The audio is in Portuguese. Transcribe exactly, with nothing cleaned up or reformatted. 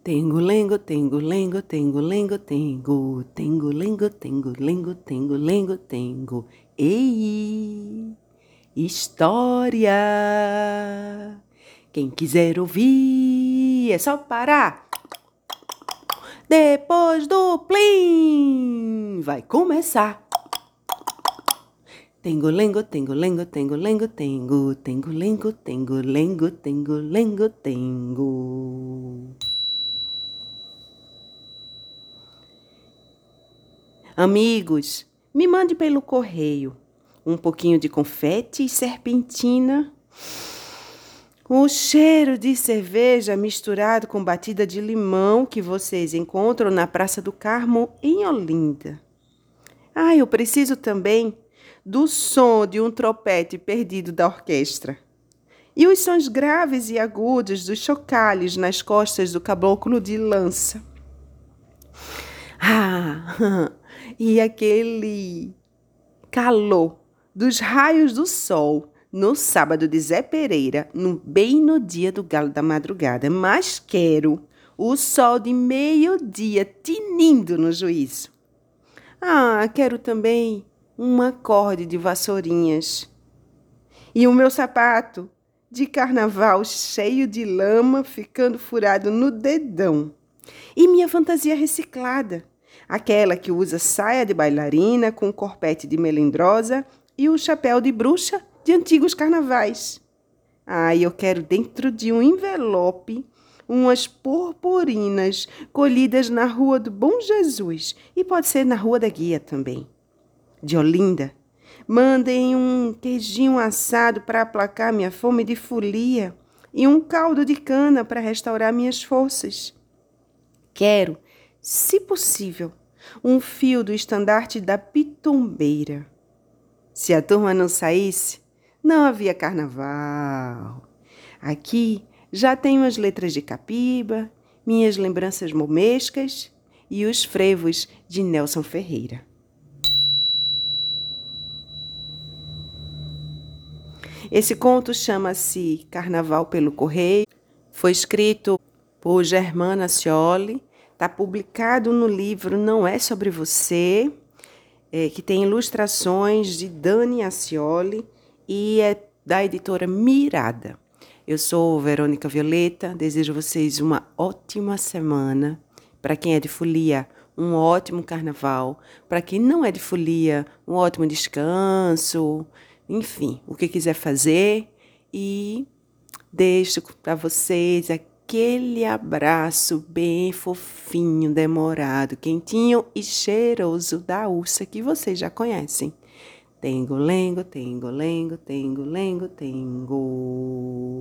Tengo, lengo, tengo, lengo, tengo, lengo, tengo. Tengo, lengo, tengo, lengo, tengo, lengo, tengo. Ei, história! Quem quiser ouvir é só parar. Depois do plim, vai começar. Tengo, lengo, tengo, lengo, tengo, lengo, tengo. Tengo, lengo, tengo, lengo, tengo, lengo, tengo. Amigos, me mande pelo correio um pouquinho de confete e serpentina. O cheiro de cerveja misturado com batida de limão que vocês encontram na Praça do Carmo, em Olinda. Ah, eu preciso também do som de um trompete perdido da orquestra. E os sons graves e agudos dos chocalhos nas costas do caboclo de lança. Ah, e aquele calor dos raios do sol no sábado de Zé Pereira, no, bem no dia do galo da madrugada. Mas quero o sol de meio-dia tinindo no juízo. Ah, quero também um acorde de vassourinhas. E o meu sapato de carnaval cheio de lama ficando furado no dedão. E minha fantasia reciclada, aquela que usa saia de bailarina com corpete de melindrosa e o chapéu de bruxa de antigos carnavais. Ah, eu quero dentro de um envelope umas purpurinas colhidas na Rua do Bom Jesus e pode ser na Rua da Guia também. De Olinda, mandem um queijinho assado para aplacar minha fome de folia e um caldo de cana para restaurar minhas forças. Quero, se possível, um fio do estandarte da pitombeira. Se a turma não saísse, não havia carnaval. Aqui já tenho as letras de Capiba, minhas lembranças momescas e os frevos de Nelson Ferreira. Esse conto chama-se Carnaval pelo Correio. Foi escrito por Germana Scioli. Está publicado no livro Não É Sobre Você, é, que tem ilustrações de Dani Ascioli e é da editora Mirada. Eu sou Verônica Violeta, desejo a vocês uma ótima semana. Para quem é de folia, um ótimo carnaval. Para quem não é de folia, um ótimo descanso. Enfim, o que quiser fazer. E deixo para vocês aquele abraço bem fofinho, demorado, quentinho e cheiroso da Ursa que vocês já conhecem. Tengo, lengo, tengo, lengo, tengo, lengo, tengo.